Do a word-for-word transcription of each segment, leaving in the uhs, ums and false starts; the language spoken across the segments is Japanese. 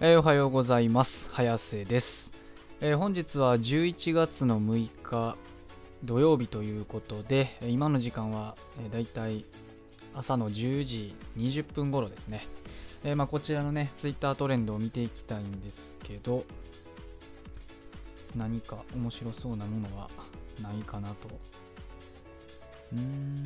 えーおはようございます。早瀬です。えー本日はじゅういちがつのむいか土曜日ということで、えー今の時間は、えー、だいたい朝のじゅうじにじゅっぷん頃ですね。えーまあ、こちらのね、ツイッタートレンドを見ていきたいんですけど、何か面白そうなものはないかなと。うーん。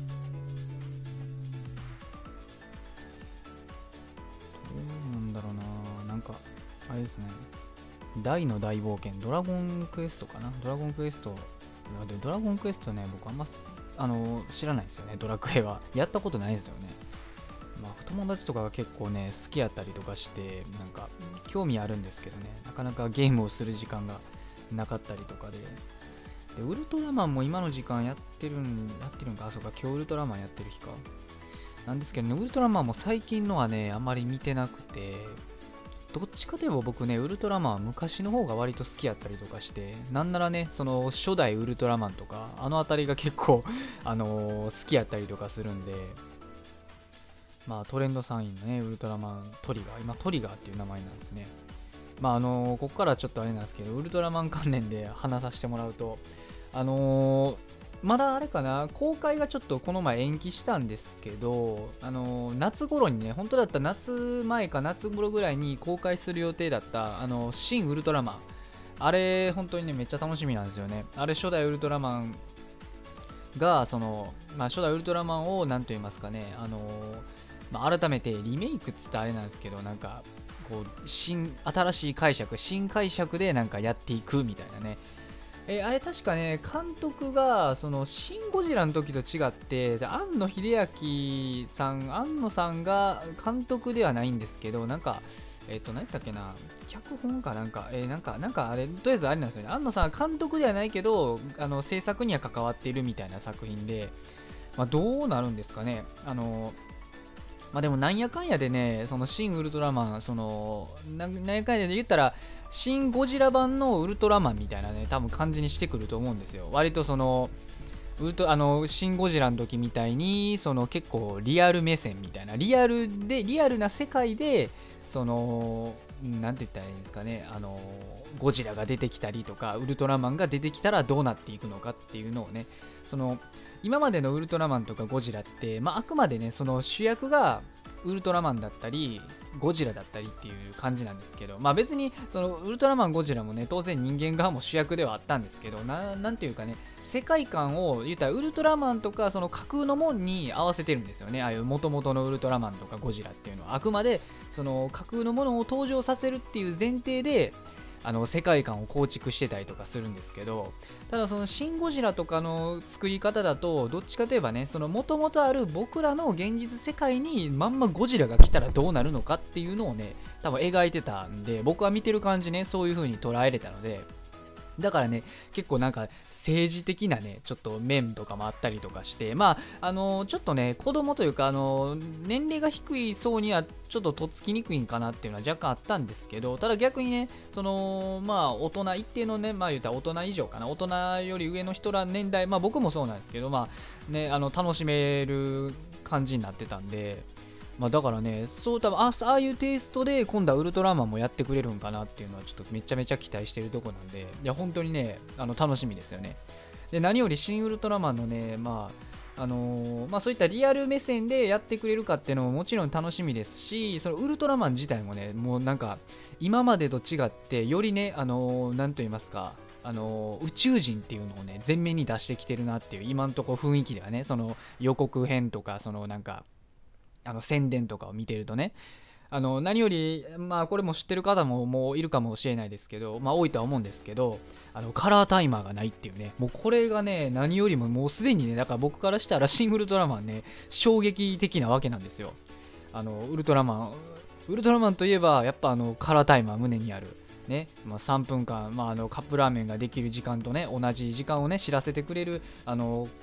どうなんだろうな。なんか、あれですね。大の大冒険、ドラゴンクエストかな。ドラゴンクエスト。いやでドラゴンクエストね、僕あんますあの知らないんですよね。ドラクエは。やったことないんですよね。まあ、友達とかが結構ね、好きやったりとかして、なんか、興味あるんですけどね、なかなかゲームをする時間がなかったりとかで。で、ウルトラマンも今の時間やってるん、やってるんか、あ、そうか、今日ウルトラマンやってる日か。なんですけどね、ウルトラマンも最近のはね、あんまり見てなくて、どっちかといえば僕ね、ウルトラマンは昔の方が割と好きやったりとかして、なんならね、その初代ウルトラマンとか、あの辺りが結構あのー好きやったりとかするんで、まあトレンドさんいのね、ウルトラマントリガー、今トリガーっていう名前なんですね。まああのーここからちょっとあれなんですけど、ウルトラマン関連で話させてもらうと、あのーまだあれかな、公開がちょっとこの前延期したんですけど、あのー夏頃にね、本当だったら夏前か夏頃ぐらいに公開する予定だった、あのー新ウルトラマン。あれ、本当にね、めっちゃ楽しみなんですよね。あれ、初代ウルトラマンが、その、まあ、初代ウルトラマンを、なんと言いますかね、あのーまあ、改めてリメイクっつったらあれなんですけど、なんか、こう、新、新しい解釈、新解釈でなんかやっていくみたいなね。えーあれ確かね、監督が、その、シン・ゴジラの時と違って、庵野秀明さん、庵野さんが監督ではないんですけど、なんか、えっ、と、何やったっけな、脚本かなんか、えーなんか、なんかあれ、とりあえずあれなんですよね、庵野さんは監督ではないけど、あの、制作には関わっているみたいな作品で、まあ、どうなるんですかね、あの、まあでもなんやかんやでね、その新ウルトラマン、その、なんなんやかんやで言ったら、新ゴジラ版のウルトラマンみたいなね、多分感じにしてくると思うんですよ。割とその、ウルトあの、新ゴジラの時みたいに、その結構リアル目線みたいな、リアルで、リアルな世界で、その、なんて言ったらいいんですかね、あの、ゴジラが出てきたりとか、ウルトラマンが出てきたらどうなっていくのかっていうのをね、その、今までのウルトラマンとかゴジラって、まあ、あくまでね、その主役がウルトラマンだったり、ゴジラだったりっていう感じなんですけど、まあ別に、そのウルトラマン、ゴジラもね、当然人間側も主役ではあったんですけど、ななんていうかね、世界観を言ったらウルトラマンとかその架空のもんに合わせてるんですよね。ああいう元々のウルトラマンとかゴジラっていうのはあくまでその架空のものを登場させるっていう前提であの世界観を構築してたりとかするんですけど、ただそのシン・ゴジラとかの作り方だとどっちかといえばね、その元々ある僕らの現実世界にまんまゴジラが来たらどうなるのかっていうのをね、多分描いてたんで、僕は見てる感じね、そういう風に捉えれたので、だからね、結構なんか政治的なね、ちょっと面とかもあったりとかして、まあ、あのーちょっとね、子供というか、あのー年齢が低い層にはちょっととっつきにくいんかなっていうのは若干あったんですけど、ただ逆にね、その、まあ、大人、一定のね、まあ言うたら大人以上かな、大人より上の人ら年代、まあ僕もそうなんですけど、まあね、あの、楽しめる感じになってたんで、まあだからね、そう多分あああいうテイストで今度はウルトラマンもやってくれるんかなっていうのはちょっとめちゃめちゃ期待してるとこなんで、いや本当にね、あの楽しみですよね。で、何より新ウルトラマンのね、まああのーまあそういったリアル目線でやってくれるかっていうのももちろん楽しみですし、そのウルトラマン自体もね、もうなんか今までと違ってよりね、あのー、なんと言いますか、あのー宇宙人っていうのをね前面に出してきてるなっていう今んとこ雰囲気ではね、その予告編とかそのなんかあの宣伝とかを見てるとね、あの何よりまあこれも知ってる方ももういるかもしれないですけど、まあ多いとは思うんですけど、あのカラータイマーがないっていうね、もうこれがね何よりももうすでにね、だから僕からしたらシン・ウルトラマンね衝撃的なわけなんですよ。あのウルトラマンウルトラマンといえばやっぱあのカラータイマー胸にあるね、まあ、さんぷんかん、まあ、あのカップラーメンができる時間とね同じ時間をね知らせてくれるあの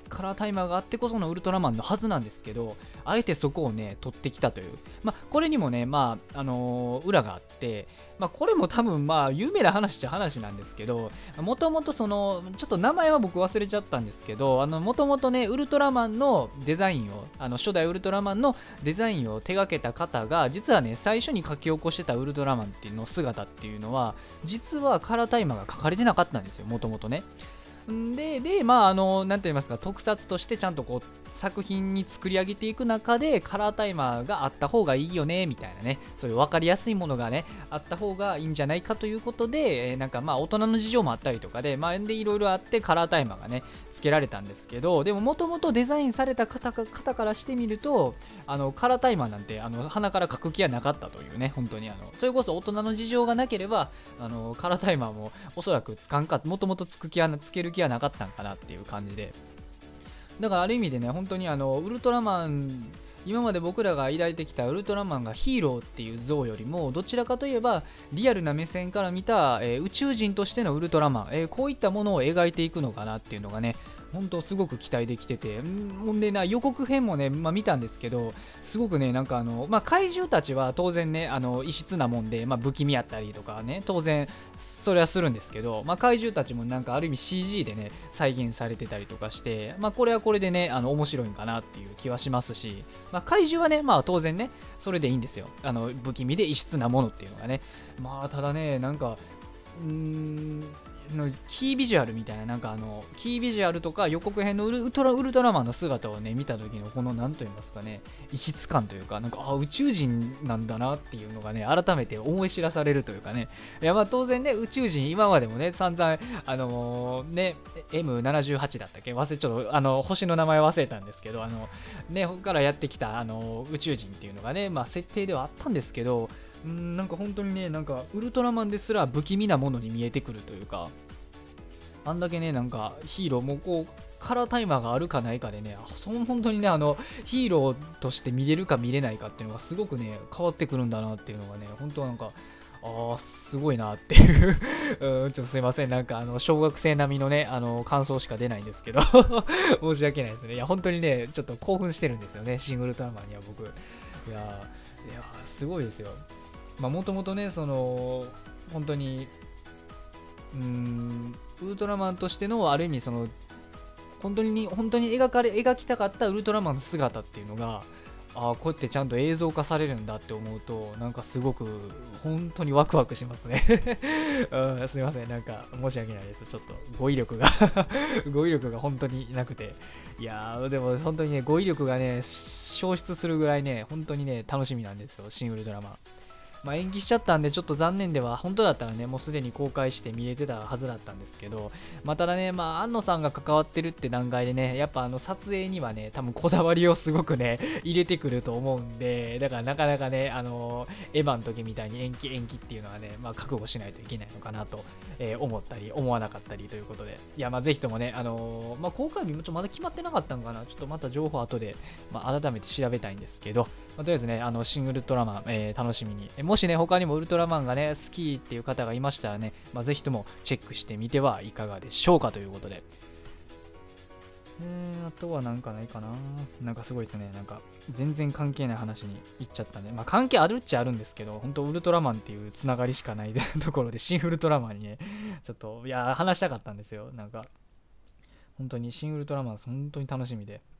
カラータイマーがあってこそのウルトラマンのはずなんですけど、あえてそこをね取ってきたという、まあこれにもねまああのー裏があって、まあこれも多分まあ有名な話っちゃ話なんですけど、もともとそのちょっと名前は僕忘れちゃったんですけど、あのもともとねウルトラマンのデザインを、あの初代ウルトラマンのデザインを手掛けた方が、実はね最初に書き起こしてたウルトラマンっていうの姿っていうのは実はカラータイマーが書かれてなかったんですよ、もともとね。で、で、まあ、あの、なんと言いますか、特撮としてちゃんとこう、作品に作り上げていく中で、カラータイマーがあった方がいいよね、みたいなね、そういう分かりやすいものがね、あった方がいいんじゃないかということで、えーなんかまあ、大人の事情もあったりとかで、まあ、で、いろいろあって、カラータイマーがね、付けられたんですけど、でも、もともとデザインされた方か方からしてみると、あの、カラータイマーなんて、あの、鼻から書く気はなかったというね、本当に、あの、それこそ大人の事情がなければ、あの、カラータイマーもおそらくつかんか、もともとつく気は、つける気はなかったんかなっていう感じで、だからある意味でね本当にあのウルトラマン、今まで僕らが抱いてきたウルトラマンがヒーローっていう像よりもどちらかといえばリアルな目線から見た、えー宇宙人としてのウルトラマン、えーこういったものを描いていくのかなっていうのがね本当すごく期待できてて、んほんでな予告編もね、まあ、見たんですけど、すごくねなんかあの、まあ、怪獣たちは当然ねあの異質なもんで、まあ、不気味やったりとかね当然それはするんですけど、まあ、怪獣たちもなんかある意味 シージー でね再現されてたりとかして、まあ、これはこれでねあの面白いんかなっていう気はしますし、まあ、怪獣はねまあ当然ねそれでいいんですよ、あの不気味で異質なものっていうのがね。まあただねなんかうーんのキービジュアルみたいな、なんかあのキービジュアルとか予告編のウルウルトラウルトラマンの姿をね見た時のこの何と言いますかね異質感というか、なんかあ宇宙人なんだなっていうのがね改めて思い知らされるというかね。いやまあ当然ね宇宙人今までもね散々あのーね エムななじゅうはち だったっけ、忘れちょっとあの星の名前忘れたんですけど、あのねここからやってきたあの宇宙人っていうのがねまあ設定ではあったんですけど、うーんなんか本当にねなんかウルトラマンですら不気味なものに見えてくるというか、あんだけねなんかヒーローもこうカラータイマーがあるかないかでね、その本当にねあのヒーローとして見れるか見れないかっていうのがすごくね変わってくるんだなっていうのがね本当なんかあーすごいなっていううんちょっとすいませんなんかあの小学生並みのねあの感想しか出ないんですけど申し訳ないですね。いや本当にねちょっと興奮してるんですよねシン・ウルトラマンには僕。いやーいやーすごいですよ。まあもともとねその本当にうーんウルトラマンとしてのある意味その本当に本当に描かれ描きたかったウルトラマンの姿っていうのがああこうやってちゃんと映像化されるんだって思うとなんかすごく本当にワクワクしますねうん、すみませんなんか申し訳ないです、ちょっと語彙力が語彙力が本当になくて、いやーでも本当にね語彙力がね消失するぐらいね本当にね楽しみなんですよシン・ウルトラマン。まあ、延期しちゃったんでちょっと残念では、本当だったらねもうすでに公開して見れてたはずだったんですけど、まあ、ただねまあ安野さんが関わってるって段階でねやっぱあの撮影にはね多分こだわりをすごくね入れてくると思うんで、だからなかなかねあのエヴァの時みたいに延期延期っていうのはねまあ覚悟しないといけないのかなと、えー思ったり思わなかったりということで、いやまあぜひともねあのーまあ公開日もちょっとまだ決まってなかったのかな、ちょっとまた情報後で、まあ、改めて調べたいんですけど、まあ、とりあえずねあのシン・ウルトラマン、えー楽しみに、えもしね他にもウルトラマンがね好きっていう方がいましたらね、まあ、ぜひともチェックしてみてはいかがでしょうかということで、えー、あとはなんかないかな。なんかすごいですね。なんか全然関係ない話に行っちゃったね。まあ関係あるっちゃあるんですけど、本当ウルトラマンっていうつながりしかないところで、シン・ウルトラマンにね、ちょっと、いや、話したかったんですよ。なんか、本当にシン・ウルトラマン、本当に楽しみで。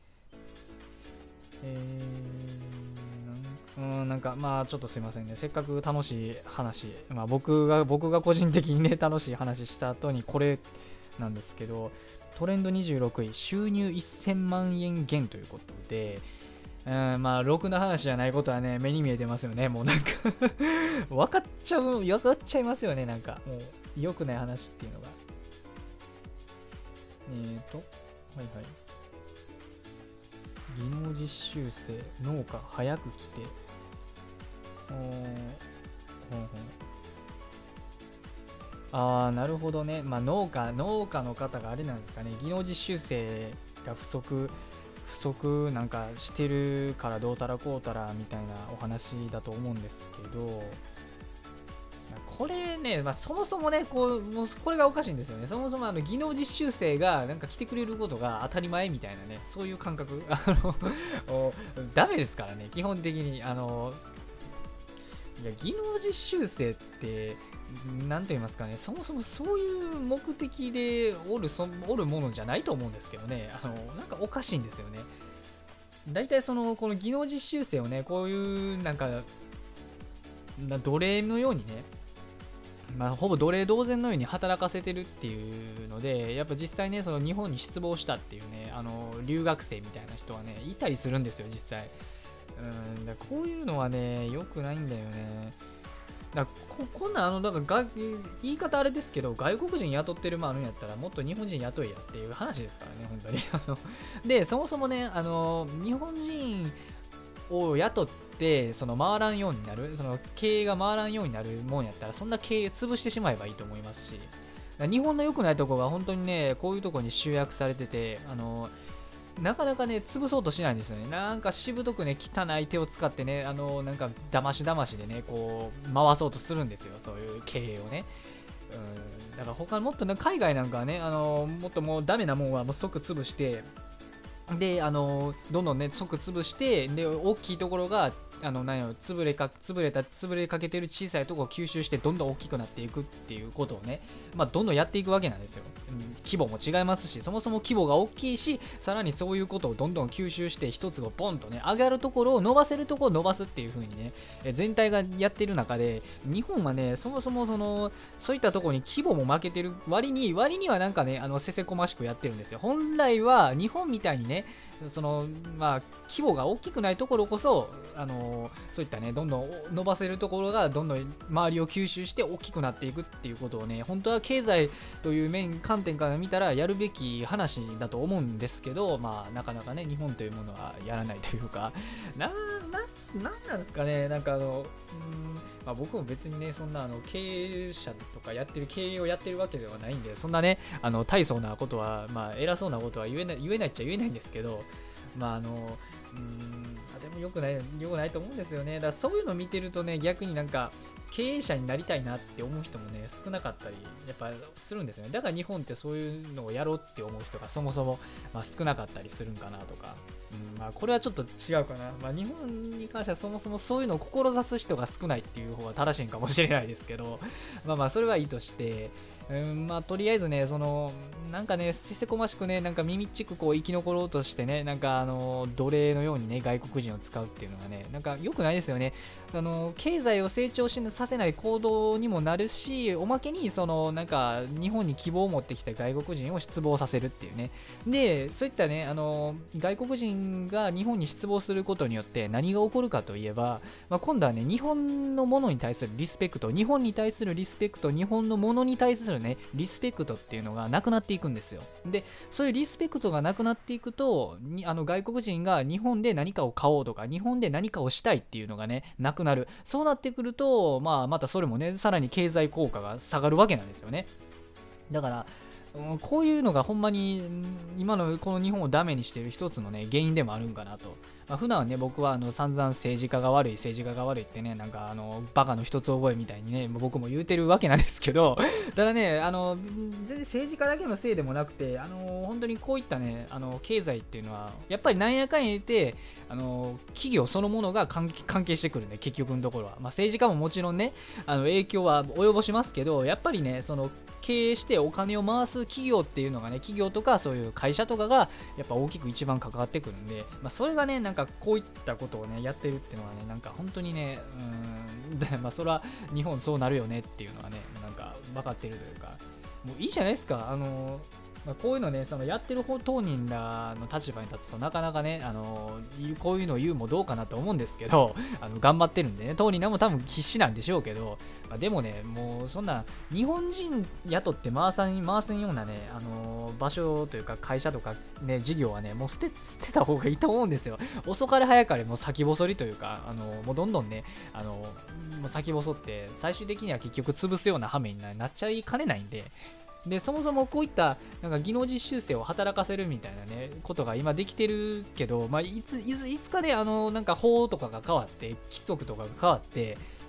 えー、なんうんなんかまあちょっとすいませんね、せっかく楽しい話、まあ、僕が僕が個人的にね楽しい話した後にこれなんですけど、トレンドにじゅうろくい収入せんまんえん減ということで、うんまあろくな話じゃないことはね目に見えてますよね。もうなんか分かっちゃう分かっちゃいますよね。なんかもう良くない話っていうのがえーとはいはい技能実習生農家早く来ておーほんほんああなるほどね。まあ農家農家の方があれなんですかね、技能実習生が不足不足なんかしてるからどうたらこうたらみたいなお話だと思うんですけど、 これね、まあ、そもそもねこうもうこれがおかしいんですよね。そもそもあの技能実習生がなんか来てくれることが当たり前みたいなね、そういう感覚あのダメですからね、基本的に。あのいや技能実習生ってなんて言いますかね、そもそもそういう目的でおるそおるものじゃないと思うんですけどね。あのなんかおかしいんですよね。大体そのこの技能実習生をね、こういうなんか奴隷のようにね、まあ、ほぼ奴隷同然のように働かせてるっていうので、やっぱ実際ね、その日本に失望したっていうね、あの留学生みたいな人はね、いたりするんですよ、実際。うんだこういうのはね、良くないんだよね。だここんなあのだからが言い方あれですけど、外国人雇ってるもあるんやったらもっと日本人雇いやっていう話ですからね、本当に。あのでそもそもね、あの日本人を雇ってその回らんようになる、その経営が回らんようになるもんやったら、そんな経営潰してしまえばいいと思いますし、日本の良くないところが本当にね、こういうところに集約されてて、あのなかなかね、潰そうとしないんですよね。なんかしぶとくね、汚い手を使ってね、あのなんかだましだましでね、こう回そうとするんですよ、そういう経営をね。うんだから他もっとね、海外なんかはね、あのもっともうダメなもんはもう即潰して、で、あのどんどんね、即潰して、で、大きいところが、あの、なんやろ、潰れか、潰れた、潰れかけてる小さいところを吸収して、どんどん大きくなっていくっていうことをね、まあ、どんどんやっていくわけなんですよ。うん、規模も違いますし、そもそも規模が大きいし、さらにそういうことをどんどん吸収して、一つがポンとね、上がるところを伸ばせるところを伸ばすっていう風にね、え全体がやってる中で、日本はね、そもそもその、そういったところに規模も負けてる割に、割にはなんかね、あの、せせこましくやってるんですよ。本来は、日本みたいにね、そのまあ規模が大きくないところこそ、あのそういったね、どんどん伸ばせるところがどんどん周りを吸収して大きくなっていくっていうことをね、本当は経済という面観点から見たらやるべき話だと思うんですけど、まあなかなかね、日本というものはやらないというか、なななんなんですかね、なんかあのうんまあ、僕も別にね、そんなあの経営者とかやってる経営をやってるわけではないんで、そんなね、あの大層なことは、まあ、偉そうなことは言えない、言えないっちゃ言えないんですけど、まああのうーんでも良くない良くないと思うんですよね。だからそういうのを見てるとね、逆になんか経営者になりたいなって思う人もね、少なかったりやっぱするんですよね。だから日本ってそういうのをやろうって思う人がそもそも、まあ、少なかったりするんかなとか、うん、まあこれはちょっと違うかな。まあ日本に関してはそもそもそういうのを志す人が少ないっていう方が正しいんかもしれないですけど、まあまあそれはいいとして、うん、まあとりあえずね、そのなんかね、せせこましくね、なんか耳っちくこう生き残ろうとしてね、なんかあの奴隷のようにね、外国人を使うっていうのがね、なんか良くないですよね。あの経済を成長しさせない行動にもなるし、おまけにそのなんか日本に希望を持ってきた外国人を失望させるっていうね。で、そういったね、あの外国人が日本に失望することによって何が起こるかといえば、まあ、今度はね、日本のものに対するリスペクト、日本に対するリスペクト、日本のものに対するね、リスペクトっていうのがなくなっていくんですよ。で、そういうリスペクトがなくなっていくと、にあの外国人が日本で何かを買おうとか、日本で何かをしたいっていうのがね、なくなる。そうなってくると、まあ、またそれもね、さらに経済効果が下がるわけなんですよね。だから、こういうのがほんまに今のこの日本をダメにしている一つのね、原因でもあるんかなと。まあ、普段はね、僕はあの散々政治家が悪い、政治家が悪いってね、なんかあのバカの一つ覚えみたいにね、僕も言うてるわけなんですけど、ただね、あの全然政治家だけのせいでもなくて、あの本当にこういったね、あの経済っていうのは、やっぱりなんやかんや言って、あの企業そのものが関係してくるんで、結局のところは。まあ、政治家ももちろんね、あの影響は及ぼしますけど、やっぱりね、その経営してお金を回す企業っていうのがね、企業とかそういう会社とかがやっぱ大きく一番関わってくるんで、まあ、それがね、なんかこういったことをね、やってるっていうのはね、なんか本当にね、うーん、まあそれは日本そうなるよねっていうのはね、なんか分かってるというか、もういいじゃないですか、あのまあ、こういうのね、そのやってる方当人らの立場に立つとなかなかね、あのこういうのを言うもどうかなと思うんですけど、あの頑張ってるんでね、当人らも多分必死なんでしょうけど、まあ、でもね、もうそんな日本人雇って回さん回せんようなね、あの場所というか会社とかね、事業はね、もう捨て捨てた方がいいと思うんですよ。遅かれ早かれもう先細りというか、あのもうどんどんね、あのもう先細って最終的には結局潰すような羽目になっちゃいかねないんで。でそもそもこういったなんか技能実習生を働かせるみたいなねことが今できてるけど、まあ、いついついつかね、あのなんか法とかが変わって規則とかが変わって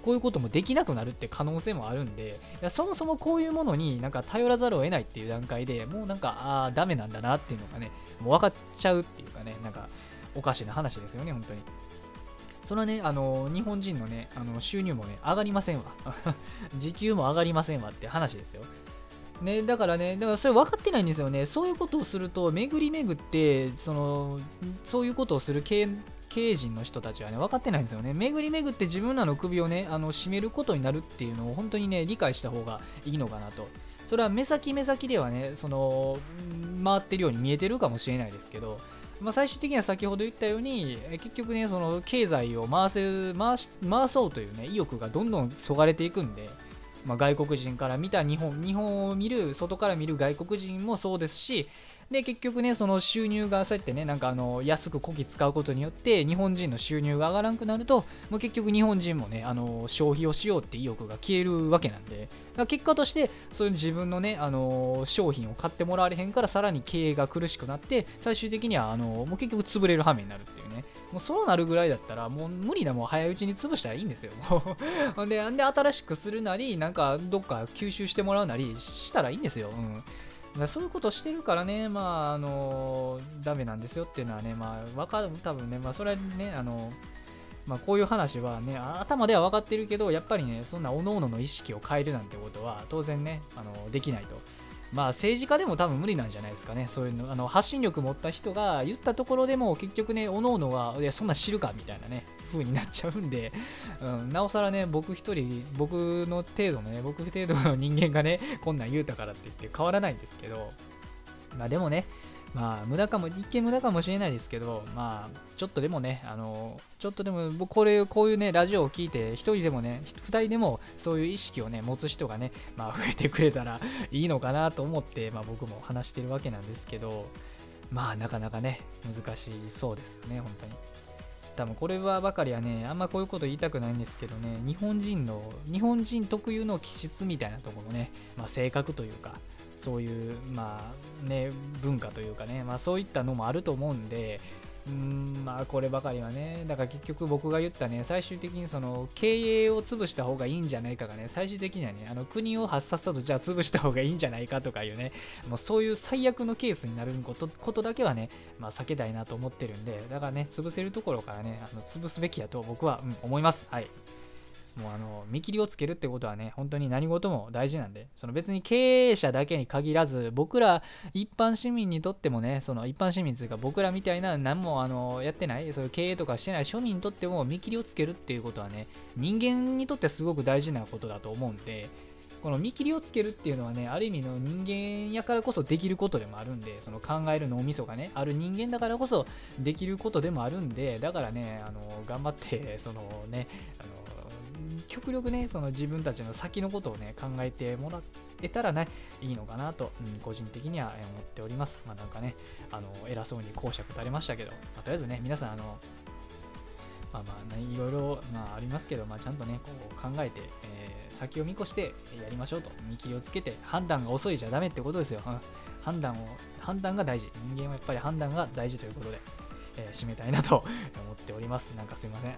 こういうこともできなくなるって可能性もあるんで、いやそもそもこういうものになんか頼らざるを得ないっていう段階でもうなんかああダメなんだなっていうのがねもう分かっちゃうっていうかね、なんかおかしな話ですよね本当に。それはね、あの日本人のねあの収入もね上がりませんわ時給も上がりませんわって話ですよね。だからね、だからそれ分かってないんですよね。そういうことをすると巡り巡ってそのそういうことをする経経営陣の人たちはね分かってないんですよね。巡り巡って自分らの首をねあの締めることになるっていうのを本当にね理解した方がいいのかなと。それは目先目先ではねその回ってるように見えてるかもしれないですけど、まあ、最終的には先ほど言ったように結局ねその経済を回せ回し回そうというね意欲がどんどんそがれていくんで、まあ、外国人から見た日本日本を見る外から見る外国人もそうですし、で結局ねその収入がそうやってねなんかあの安くこき使うことによって日本人の収入が上がらんくなると、もう結局日本人もねあの消費をしようって意欲が消えるわけなんで、だから結果としてそういう自分のねあの商品を買ってもらわれへんからさらに経営が苦しくなって最終的にはあのもう結局潰れる羽目になるっていうね、もうそうなるぐらいだったらもう無理なもう早いうちに潰したらいいんですよで, で新しくするなりなんかどっか吸収してもらうなりしたらいいんですよ、うんそういうことをしてるからね、まあ、あの、ダメなんですよっていうのはね、まあ、わかる、多分ね、まあ、それはね、あの、まあ、こういう話はね、頭では分かってるけど、やっぱりね、そんな各々の意識を変えるなんてことは、当然ね、あの、できないと。まあ、政治家でも多分無理なんじゃないですかね。そういうの、あの、発信力持った人が言ったところでも、結局ね、各々は、いや、そんな知るかみたいなね、風になっちゃうんで、うん、なおさらね、僕一人、僕の程度のね、僕程度の人間がね、こんなん言うたからって言って変わらないんですけど、まあでもね、まあ無駄かも、一見無駄かもしれないですけど、まあちょっとでもね、あの、ちょっとでも、これ、こういうね、ラジオを聞いて、一人でもね、二人でもそういう意識をね、持つ人がね、まあ増えてくれたらいいのかなと思って、まあ僕も話してるわけなんですけど、まあなかなかね、難しそうですよね、本当に。多分これはばかりはね、あんまこういうこと言いたくないんですけどね、日本人の、日本人特有の気質みたいなところのね、まあ性格というか、そういう、まあね、文化というかね、まあそういったのもあると思うんで、うーん、まあこればかりはね、だから結局僕が言ったね、最終的にその経営を潰した方がいいんじゃないかがね、最終的にはね、あの国を発さっさとじゃあ潰した方がいいんじゃないかとかいうね、もうそういう最悪のケースになること、ことだけはね、まあ避けたいなと思ってるんで、だからね、潰せるところからね、あの潰すべきだと僕は、うん、思います。はい。もうあの見切りをつけるってことはね本当に何事も大事なんで、その別に経営者だけに限らず僕ら一般市民にとってもね、その一般市民というか僕らみたいな何もあのやってない、そういう経営とかしてない庶民にとっても見切りをつけるっていうことはね人間にとってすごく大事なことだと思うんで、この見切りをつけるっていうのはねある意味の人間やからこそできることでもあるんで、その考える脳みそがねある人間だからこそできることでもあるんで、だからねあの頑張ってそのねあの極力ねその自分たちの先のことをね考えてもらえたらねいいのかなと、うん、個人的には思っております。まあなんかねあの偉そうに講釈垂れましたけど、まあ、とりあえずね皆さんあのまあまあ、ね、いろいろ、まあ、ありますけど、まあ、ちゃんとねこう考えて、えー、先を見越してやりましょうと、見切りをつけて判断が遅いじゃダメってことですよ、うん、判断を判断が大事、人間はやっぱり判断が大事ということで、えー、締めたいなと思っております。なんかすいません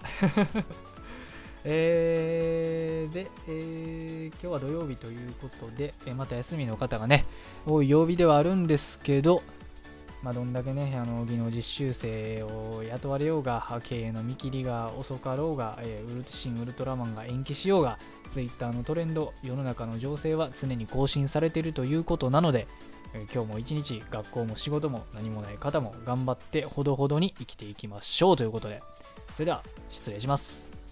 えー、で、えー、今日は土曜日ということで、えー、また休みの方がね多い曜日ではあるんですけど、まあ、どんだけねあの技能実習生を雇われようが経営の見切りが遅かろうが、えー、ウル新ウルトラマンが延期しようが、ツイッターのトレンド、世の中の情勢は常に更新されているということなので、えー、今日も一日学校も仕事も何もない方も頑張ってほどほどに生きていきましょうということで、それでは失礼します。